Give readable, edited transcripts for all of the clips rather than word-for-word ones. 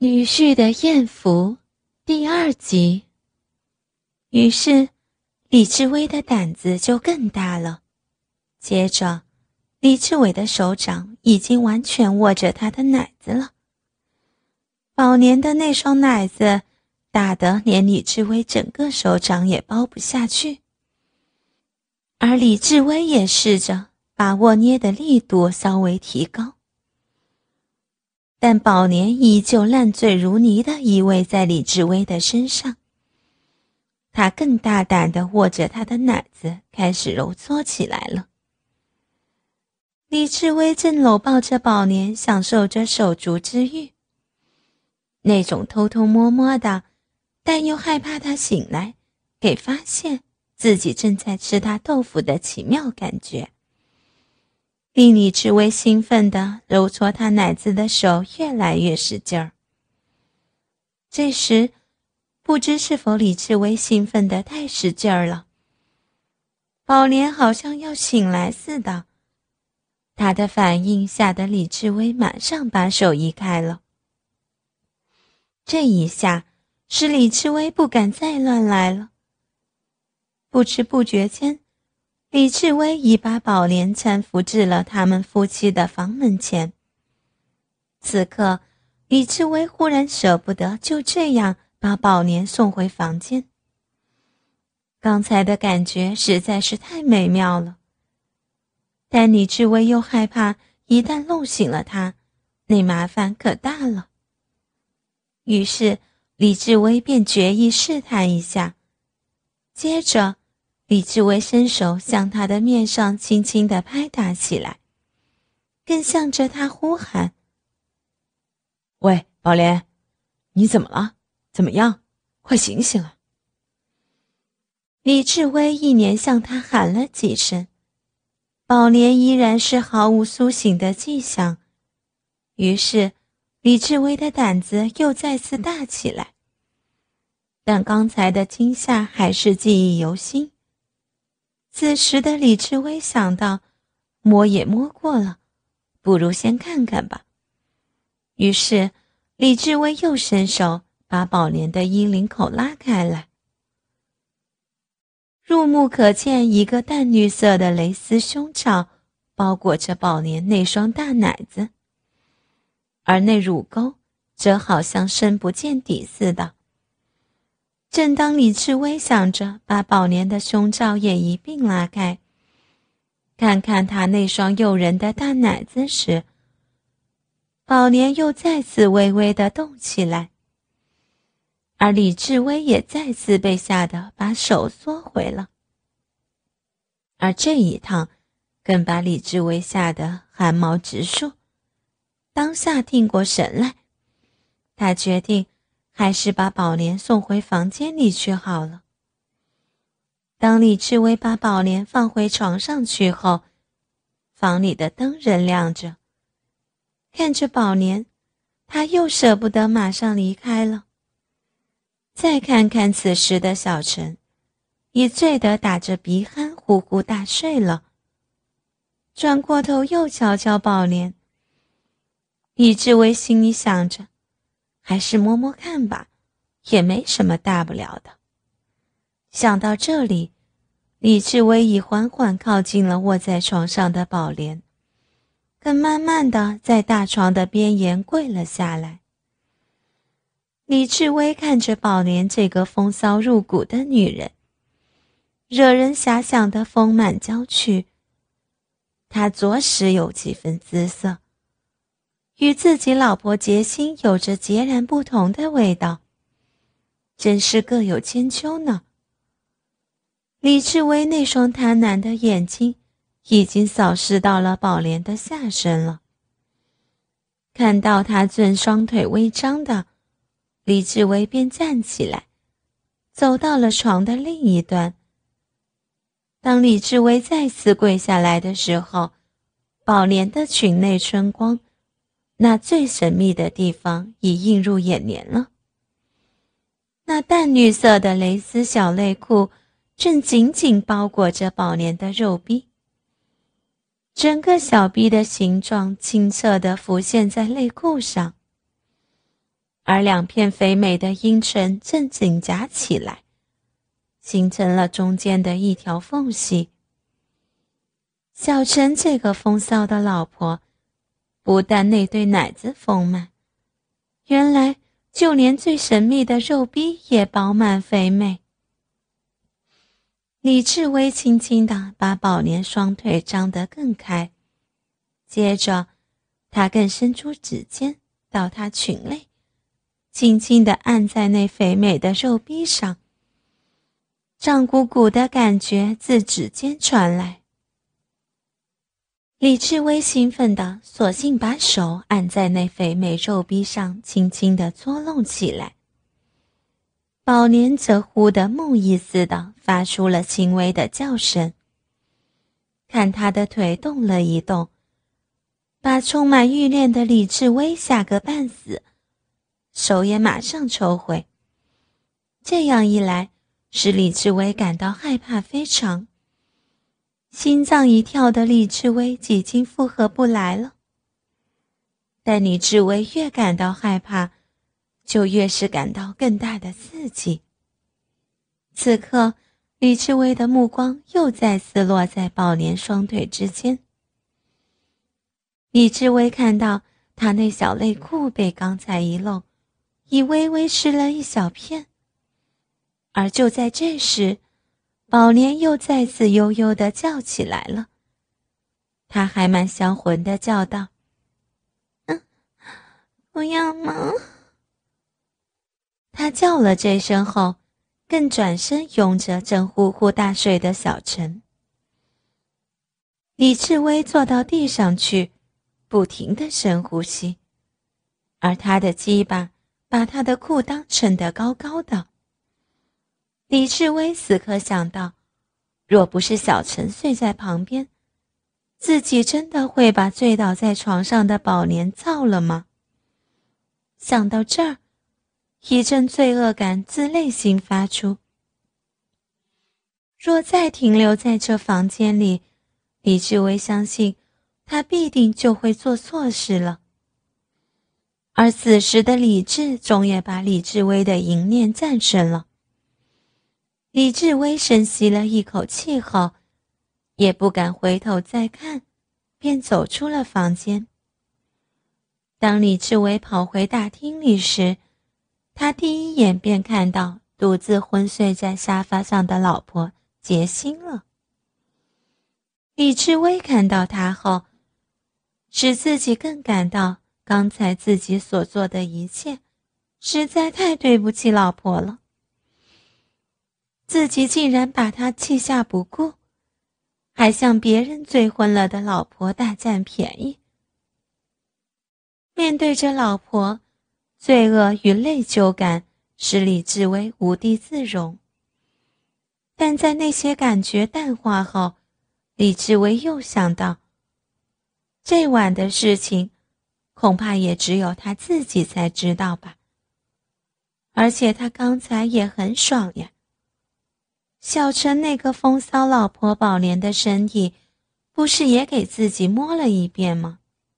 女婿的艳福第2集。于是李志威的胆子就更大了。接着李志伟的手掌已经完全握着他的奶子了。宝年的那双奶子大得连李志威整个手掌也包不下去，而李志威也试着把握捏的力度稍微提高，但宝年依旧烂醉如泥地依偎在李志威的身上。他更大胆地握着他的奶子开始揉搓起来了。李志威正搂抱着宝年享受着手足之欲，那种偷偷摸摸的但又害怕他醒来给发现自己正在吃他豆腐的奇妙感觉，令李志威兴奋地揉搓他奶子的手越来越使劲儿。这时不知是否李志威兴奋得太使劲儿了，宝莲好像要醒来似的，他的反应吓得李志威马上把手移开了。这一下使李志威不敢再乱来了。不知不觉间，李志威已把宝莲搀扶至了他们夫妻的房门前。此刻李志威忽然舍不得就这样把宝莲送回房间。刚才的感觉实在是太美妙了，但李志威又害怕一旦弄醒了他，那麻烦可大了。于是李志威便决意试探一下，接着李志威伸手向他的面上轻轻地拍打起来，更向着他呼喊： 喂，宝莲，你怎么了？怎么样？快醒醒啊！ 李志威一连向他喊了几声，宝莲依然是毫无苏醒的迹象。于是李志威的胆子又再次大起来，但刚才的惊吓还是记忆犹新。此时的李志威想到，摸也摸过了，不如先看看吧。于是李志威又伸手把宝莲的衣领口拉开来，入目可见一个淡绿色的蕾丝胸罩包裹着宝莲那双大奶子，而那乳沟则好像深不见底似的。正当李志威想着把宝莲的胸罩也一并拉开，看看她那双诱人的大奶子时，宝莲又再次微微地动起来，而李志威也再次被吓得把手缩回了。而这一趟更把李志威吓得汗毛直竖，当下定过神来，他决定还是把宝莲送回房间里去好了。当李志威把宝莲放回床上去后，房里的灯仍亮着，看着宝莲，他又舍不得马上离开了。再看看此时的小陈，已醉得打着鼻鼾呼呼大睡了。转过头又瞧瞧宝莲，李志威心里想着，还是摸摸看吧，也没什么大不了的。想到这里，李志威已缓缓靠近了卧在床上的宝莲，更慢慢地在大床的边沿跪了下来。李志威看着宝莲这个风骚入骨的女人，惹人遐想的丰满娇躯，她着实有几分姿色，与自己老婆杰心有着截然不同的味道，真是各有千秋呢。李志威那双贪婪的眼睛已经扫视到了宝莲的下身了，看到她正双腿微张的，李志威便站起来，走到了床的另一端。当李志威再次跪下来的时候，宝莲的裙内春光，那最神秘的地方已映入眼帘了。那淡绿色的蕾丝小内裤正紧紧包裹着宝莲的肉臂，整个小臂的形状清澈地浮现在内裤上， 而两片肥美的阴唇正紧夹起来，形成了中间的一条缝隙。小陈这个风骚的老婆，不但那对奶子丰满，原来就连最神秘的肉壁也饱满肥美。李志威轻轻地把宝莲双腿张得更开，接着他更伸出指尖到她裙内，轻轻地按在那肥美的肉壁上，胀鼓鼓的感觉自指尖传来。李志威兴奋地索性把手按在那肥美肉壁上，轻轻地搓弄起来。宝莲则忽地梦呓似的发出了轻微的叫声，看他的腿动了一动，把充满欲恋的李志威吓个半死，手也马上抽回。这样一来，使李志威感到害怕非常。心脏一跳的李志威几经负荷不来了。但李志威越感到害怕，就越是感到更大的刺激。此刻，李志威的目光又再次落在宝莲双腿之间。李志威看到他那小内裤被刚才一露，已微微湿了一小片。而就在这时，宝莲又再次悠悠地叫起来了。他还蛮销魂地叫道：“不要嘛！”他叫了这声后，更转身拥着正呼呼大睡的小陈。李志威坐到地上去，不停地深呼吸，而他的鸡巴把他的裤裆撑得高高的。李志威此刻想到，若不是小陈睡在旁边，自己真的会把醉倒在床上的宝莲操了吗？想到这儿，一阵罪恶感自内心发出。若再停留在这房间里，李志威相信他必定就会做错事了。而此时的理智终也把李志威的淫念战胜了。李志威深吸了一口气后，也不敢回头再看，便走出了房间。当李志威跑回大厅里时，他第一眼便看到独自昏睡在沙发上的老婆杰心了。李志威看到他后，使自己更感到刚才自己所做的一切实在太对不起老婆了。自己竟然把她弃下不顾，还向别人醉昏了的老婆大占便宜。面对着老婆，罪恶与内疚感使李志威无地自容。但在那些感觉淡化后，李志威又想到，这晚的事情恐怕也只有他自己才知道吧。而且他刚才也很爽呀。小陈那个风骚老婆宝莲的身体，不是也给自己摸了一遍吗？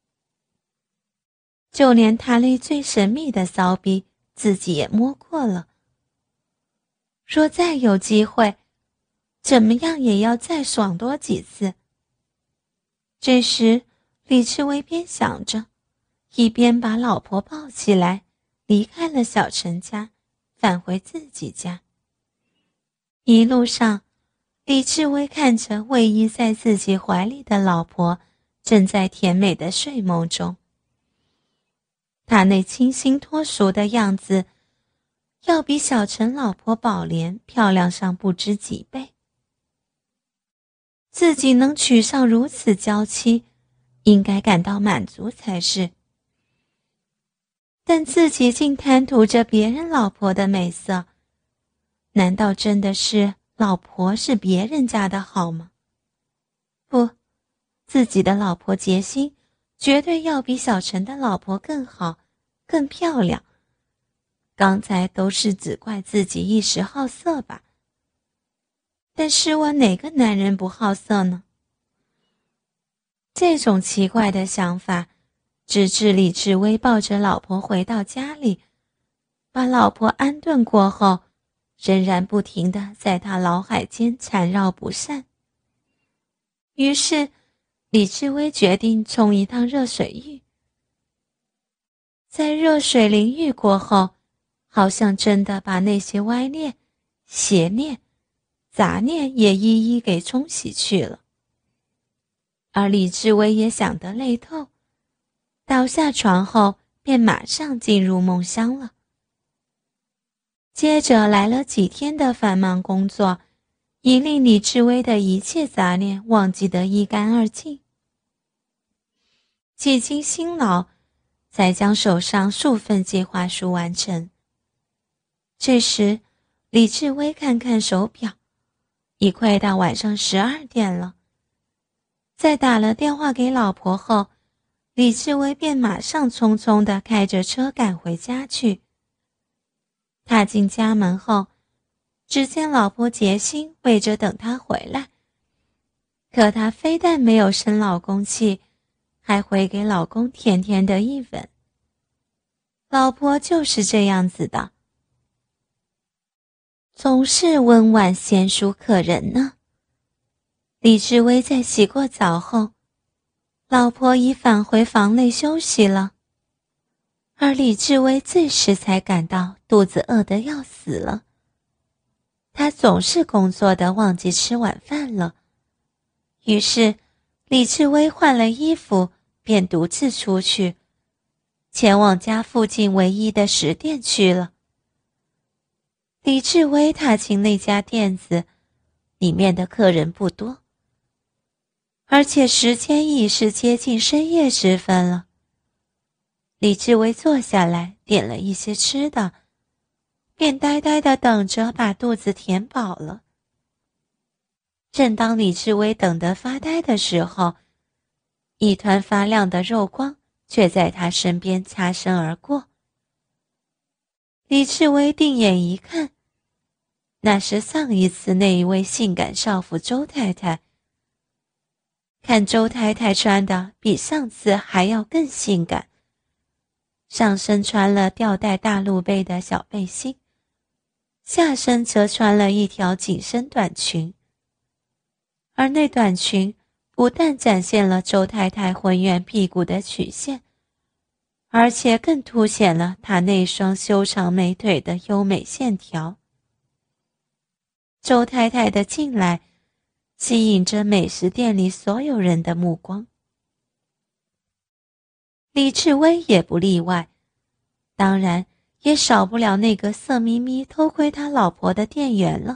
就连他那最神秘的骚逼，自己也摸过了。若再有机会，怎么样也要再爽多几次。这时，李志威边想着，一边把老婆抱起来，离开了小陈家，返回自己家。一路上，李志威看着偎依在自己怀里的老婆，正在甜美的睡梦中。他那清新脱俗的样子，要比小陈老婆宝莲漂亮上不知几倍。自己能娶上如此娇妻，应该感到满足才是。但自己竟贪图着别人老婆的美色，难道真的是老婆是别人家的好吗？不，自己的老婆杰心绝对要比小陈的老婆更好，更漂亮。刚才都是只怪自己一时好色吧。但试问哪个男人不好色呢？这种奇怪的想法，直至李志威抱着老婆回到家里， 把老婆安顿过后，仍然不停地在他脑海间缠绕不散。于是李志威决定冲一趟热水浴。在热水淋浴过后，好像真的把那些歪念、邪念、杂念也一一给冲洗去了。而李志威也想得累透，倒下床后便马上进入梦乡了。接着来了几天的繁忙工作，已令李志威的一切杂念忘记得一干二净。几经辛劳，才将手上数份计划书完成。这时李志威看看手表，已快到晚上12点了。在打了电话给老婆后，李志威便马上匆匆地开着车赶回家去。踏进家门后，只见老婆杰心为着等他回来，可她非但没有生老公气，还回给老公甜甜的一吻。老婆就是这样子的，总是温婉娴熟可人呢。李志威在洗过澡后，老婆已返回房内休息了，而李志威这时才感到肚子饿得要死了。他总是工作的忘记吃晚饭了，于是李志威换了衣服，便独自出去，前往家附近唯一的食店去了。李志威踏进那家店子，里面的客人不多，而且时间已是接近深夜时分了。李志威坐下来点了一些吃的，便呆呆地等着把肚子填饱了。正当李志威等得发呆的时候，一团发亮的肉光却在他身边擦身而过。李志威定眼一看，那是上一次那一位性感少妇周太太。看周太太穿的比上次还要更性感，上身穿了吊带大露背的小背心，下身则穿了一条紧身短裙，而那短裙不但展现了周太太浑圆屁股的曲线，而且更凸显了她那双修长美腿的优美线条。周太太的进来吸引着美食店里所有人的目光，李志威也不例外，当然也少不了那个色眯眯偷窥他老婆的店员了。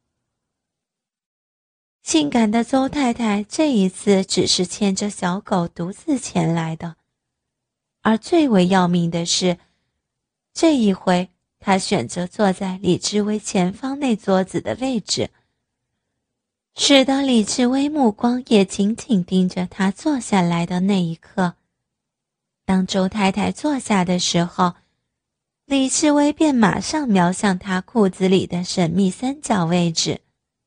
性感的周太太这一次只是牵着小狗独自前来的，而最为要命的是，这一回她选择坐在李志威前方那桌子的位置，使得李志威目光也紧紧盯着她坐下来的那一刻。当周太太坐下的时候，李志威便马上瞄向她裤子里的神秘三角位置。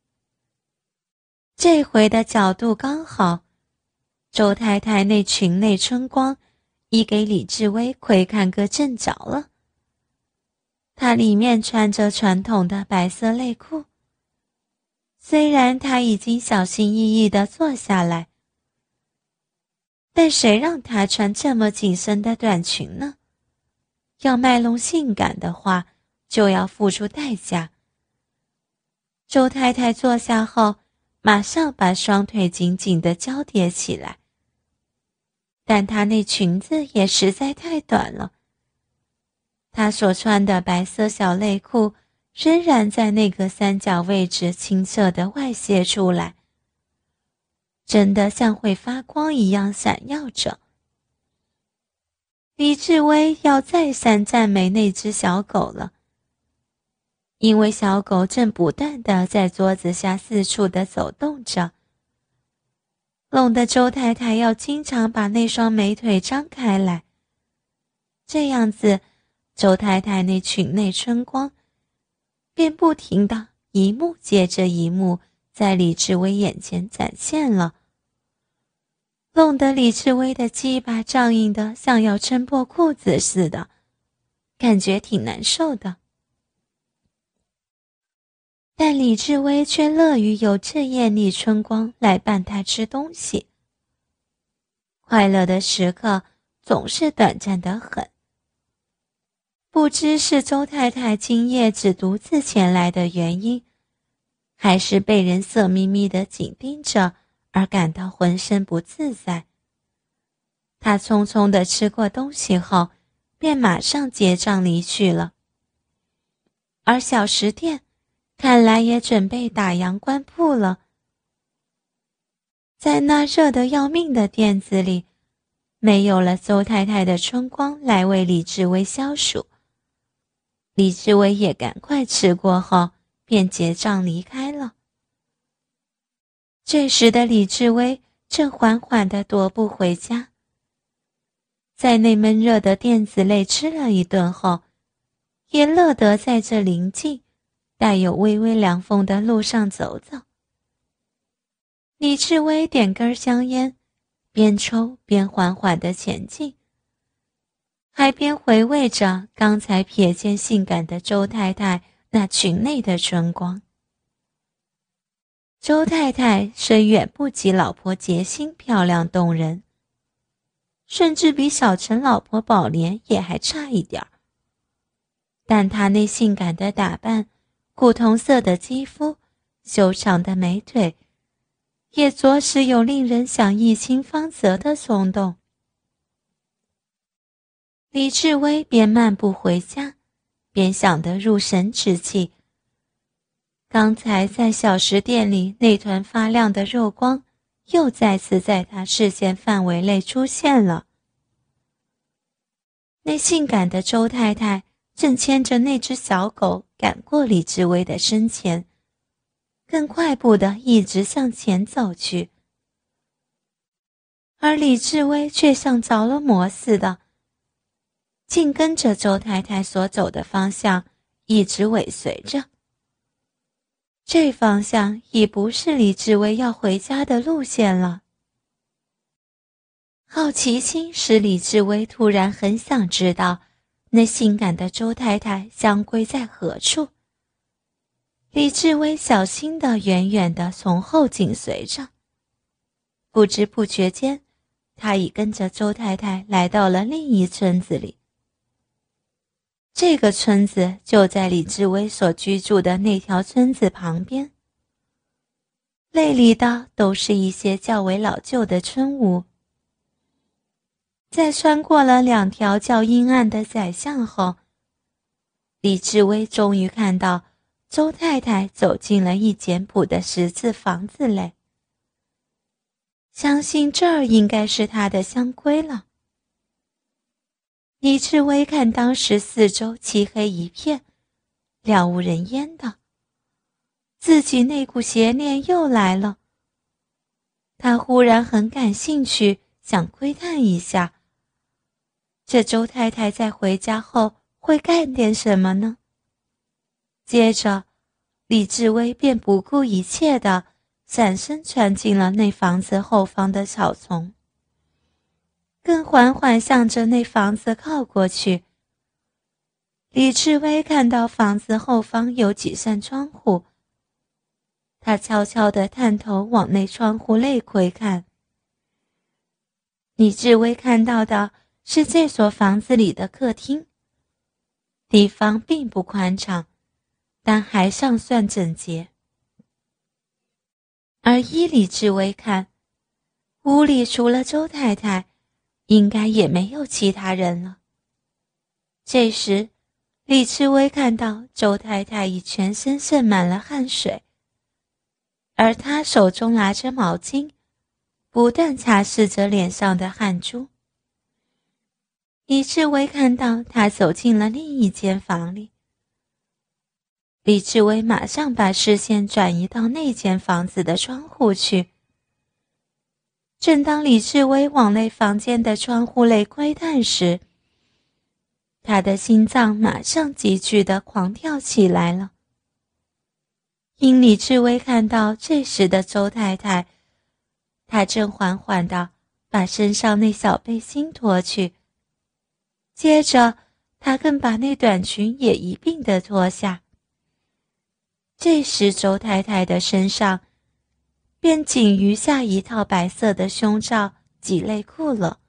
这回的角度刚好，周太太那裙内春光已给李志威窥看个正着了。她里面穿着传统的白色内裤，虽然她已经小心翼翼地坐下来，但谁让她穿这么紧身的短裙呢？要卖弄性感的话，就要付出代价。周太太坐下后，马上把双腿紧紧地交叠起来，但她那裙子也实在太短了，她所穿的白色小内裤仍然在那个三角位置清澈地外泄出来，真的像会发光一样闪耀着。李志威要再三赞美那只小狗了，因为小狗正不断地在桌子下四处地走动着，弄得周太太要经常把那双美腿张开来，这样子周太太那裙内春光便不停地一幕接着一幕在李志威眼前展现了，弄得李志威的鸡巴胀硬的像要撑破裤子似的， 感觉挺难受的。但李志威却乐于有这艳丽春光来伴他吃东西。快乐的时刻总是短暂得很。不知是周太太今夜只独自前来的原因，还是被人色眯眯地紧盯着而感到浑身不自在。她匆匆地吃过东西后，便马上结账离去了。而小食店看来也准备打烊关铺了。在那热得要命的店子里，没有了周太太的春光来为李志威消暑。李志威也赶快吃过后，便结账离开了。这时的李志威正缓缓地踱步回家。在那闷热的店子内吃了一顿后，也乐得在这宁静带有微微凉风的路上走走。李志威点根香烟，边抽边缓缓地前进，还边回味着刚才瞥见性感的周太太那裙内的春光。周太太虽远不及老婆洁心漂亮动人，甚至比小陈老婆宝莲也还差一点儿，但她那性感的打扮，古铜色的肌肤，修长的美腿，也着实有令人想一亲芳泽的冲动。李志威边漫步回家，边想得入神之际，刚才在小食店里那团发亮的肉光又再次在他视线范围内出现了。那性感的周太太正牵着那只小狗赶过李志威的身前，更快步地一直向前走去。而李志威却像着了魔似的，紧跟着周太太所走的方向一直尾随着。这方向已不是李志威要回家的路线了。好奇心使李志威突然很想知道那性感的周太太将归在何处。李志威小心地远远地从后紧随着，不知不觉间，他已跟着周太太来到了另一村子里。这个村子就在李志威所居住的那条村子旁边，内里的都是一些较为老旧的村屋。在穿过了2条较阴暗的窄巷后，李志威终于看到周太太走进了一简朴的10字房子内。相信这儿应该是她的香闺了。李志威看当时四周漆黑一片，了无人烟的，自己那股邪念又来了。他忽然很感兴趣，想窥探一下，这周太太在回家后会干点什么呢？接着，李志威便不顾一切地闪身窜进了那房子后方的草丛，更缓缓向着那房子靠过去。李志威看到房子后方有几扇窗户，他悄悄地探头往那窗户内窥看。李志威看到的是这所房子里的客厅，地方并不宽敞，但还尚算整洁。而依李志威看，屋里除了周太太，应该也没有其他人了。这时，李志威看到周太太已全身渗满了汗水，而她手中拿着毛巾，不断擦拭着脸上的汗珠。李志威看到她走进了另一间房里，李志威马上把视线转移到那间房子的窗户去。正当李志威往那房间的窗户内窥探时，他的心脏马上急剧地狂跳起来了。因李志威看到这时的周太太，她正缓缓地把身上那小背心脱去，接着他更把那短裙也一并的脱下。这时周太太的身上便仅余下一套白色的胸罩及内裤了。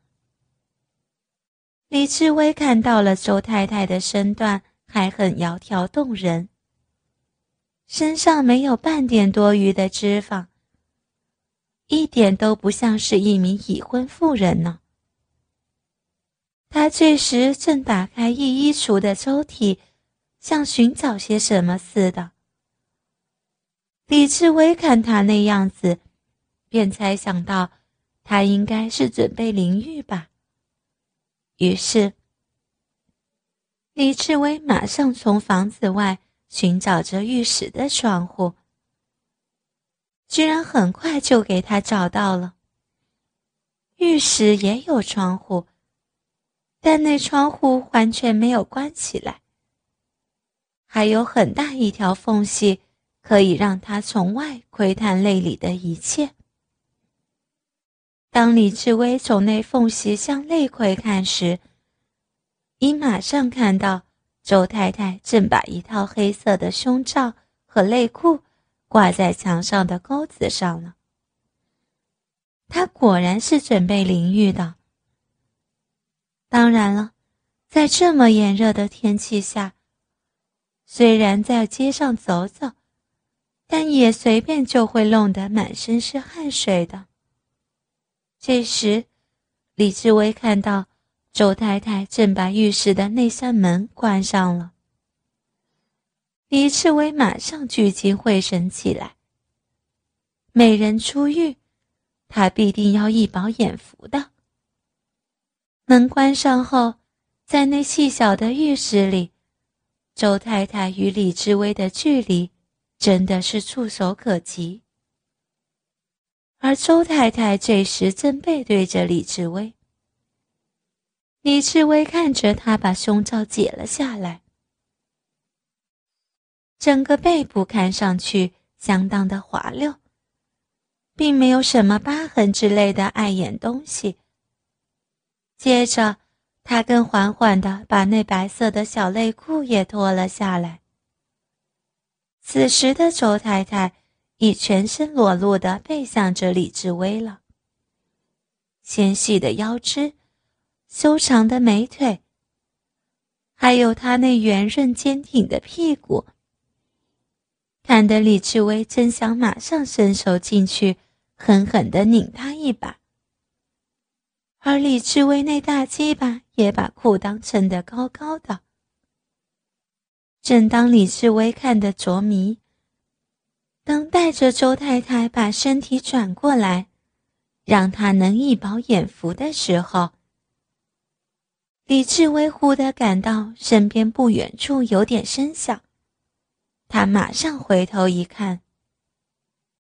李志威看到了周太太的身段还很窈窕动人，身上没有半点多余的脂肪，一点都不像是一名已婚妇人呢。他这时正打开衣橱的抽屉，像寻找些什么似的。李志威看他那样子，便猜想到他应该是准备淋浴吧。于是李志威马上从房子外寻找着浴室的窗户，居然很快就给他找到了。浴室也有窗户，但那窗户完全没有关起来，还有很大一条缝隙，可以让他从外窥探内里的一切。当李志威从那缝隙向内窥看时，已马上看到周太太正把一套黑色的胸罩和内裤挂在墙上的钩子上了。她果然是准备淋浴的。当然了，在这么炎热的天气下，虽然在街上走走，但也随便就会弄得满身是汗水的。这时李志威看到周太太正把浴室的那扇门关上了。李志威马上聚精会神起来。美人出浴，他必定要一饱眼福的。门关上后，在那细小的浴室里，周太太与李志威的距离真的是触手可及。而周太太这时正背对着李志威。李志威看着她把胸罩解了下来，整个背部看上去相当的滑溜，并没有什么疤痕之类的碍眼东西。接着他更缓缓地把那白色的小内裤也脱了下来。此时的周太太已全身裸露地背向着李志威了，纤细的腰肢，修长的美腿，还有她那圆润坚挺的屁股，看得李志威真想马上伸手进去狠狠地拧她一把。而李志威那大鸡巴也把裤裆撑得高高的。正当李志威看得着迷，等待着周太太把身体转过来，让他能一饱眼福的时候，李志威忽地感到身边不远处有点声响。他马上回头一看，